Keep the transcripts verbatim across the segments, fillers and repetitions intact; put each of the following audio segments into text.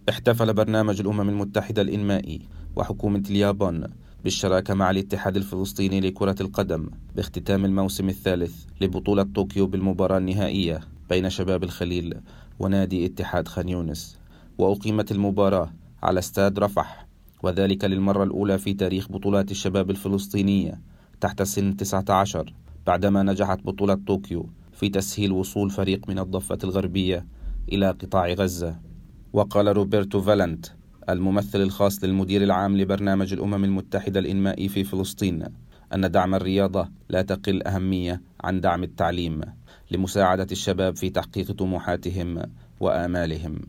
احتفل برنامج الأمم المتحدة الإنمائي وحكومة اليابان بالشراكة مع الاتحاد الفلسطيني لكرة القدم باختتام الموسم الثالث لبطولة طوكيو بالمباراة النهائية بين شباب الخليل ونادي اتحاد خان يونس. وأقيمت المباراة على استاد رفح، وذلك للمرة الأولى في تاريخ بطولات الشباب الفلسطينية تحت سن تسعة عشر، بعدما نجحت بطولة طوكيو في تسهيل وصول فريق من الضفة الغربية إلى قطاع غزة. وقال روبرتو فالنت الممثل الخاص للمدير العام لبرنامج الأمم المتحدة الإنمائي في فلسطين أن دعم الرياضة لا تقل أهمية عن دعم التعليم لمساعدة الشباب في تحقيق طموحاتهم وآمالهم.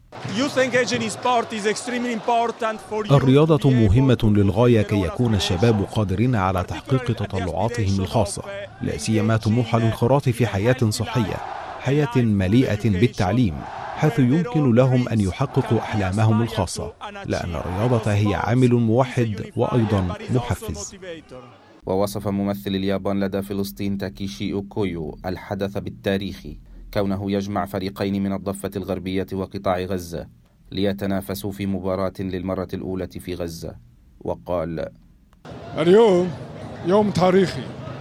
الرياضة مهمة للغاية كي يكون الشباب قادرين على تحقيق تطلعاتهم الخاصة، لا سيما طموح الانخراط في حياة صحية، حياة مليئة بالتعليم، حيث يمكن لهم أن يحققوا أحلامهم الخاصة، لأن الرياضة هي عامل موحد وأيضا محفز. ووصف ممثل اليابان لدى فلسطين تاكيشي أوكويو الحدث بالتاريخي كونه يجمع فريقين من الضفة الغربية وقطاع غزة ليتنافسوا في مباراة للمرة الأولى في غزة. وقال: اليوم يوم تاريخي،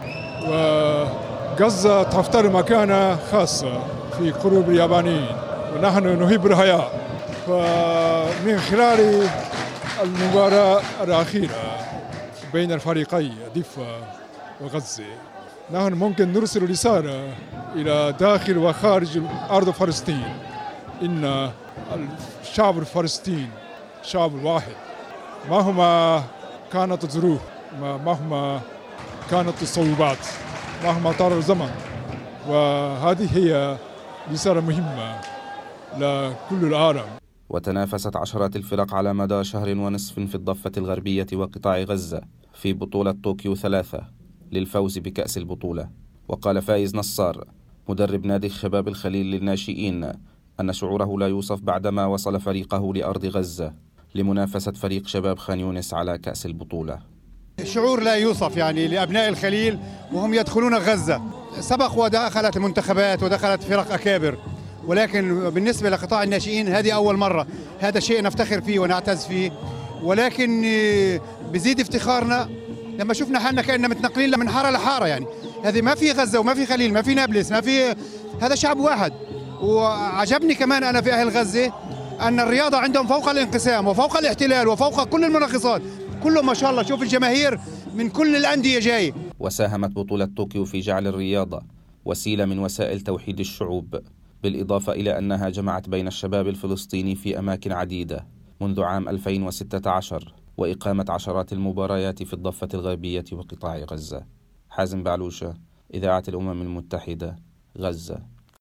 وغزة تفتر مكانة خاصة في قلوب اليابانيين، ونحن نحب الحياة. ومن خلال المباراة الأخيرة بين الفريقين ضفة وغزة، نحن ممكن نرسل رسالة إلى داخل وخارج أرض فلسطين إن الشعب الفلسطيني شعب واحد، مهما كانت الظروف، مهما كانت الصعوبات، مهما طال الزمن. وهذه هي رسالة مهمة لكل العالم. وتنافست عشرات الفرق على مدى شهر ونصف في الضفة الغربية وقطاع غزة في بطولة طوكيو ثلاثة للفوز بكأس البطولة. وقال فايز نصار مدرب نادي شباب الخليل للناشئين أن شعوره لا يوصف بعدما وصل فريقه لأرض غزة لمنافسة فريق شباب خان يونس على كأس البطولة. شعور لا يوصف يعني لأبناء الخليل وهم يدخلون غزة. سبق ودخلت المنتخبات ودخلت فرق أكابر، ولكن بالنسبة لقطاع الناشئين هذه أول مرة. هذا شيء نفتخر فيه ونعتز فيه، ولكن بزيد افتخارنا لما شفنا حالنا كأننا متنقلين من حارة لحارة. يعني هذه ما في غزة وما في خليل، ما في نابلس، ما في، هذا شعب واحد. وعجبني كمان أنا في أهل غزة أن الرياضة عندهم فوق الانقسام وفوق الاحتلال وفوق كل المناقصات، كله ما شاء الله. شوف الجماهير من كل الأندية جاي. وساهمت بطولة طوكيو في جعل الرياضة وسيلة من وسائل توحيد الشعوب، بالإضافة إلى أنها جمعت بين الشباب الفلسطيني في أماكن عديدة منذ عام ألفين وستة عشر، وإقامة عشرات المباريات في الضفة الغربية وقطاع غزة. حازم بعلوشة، إذاعة الأمم المتحدة، غزة.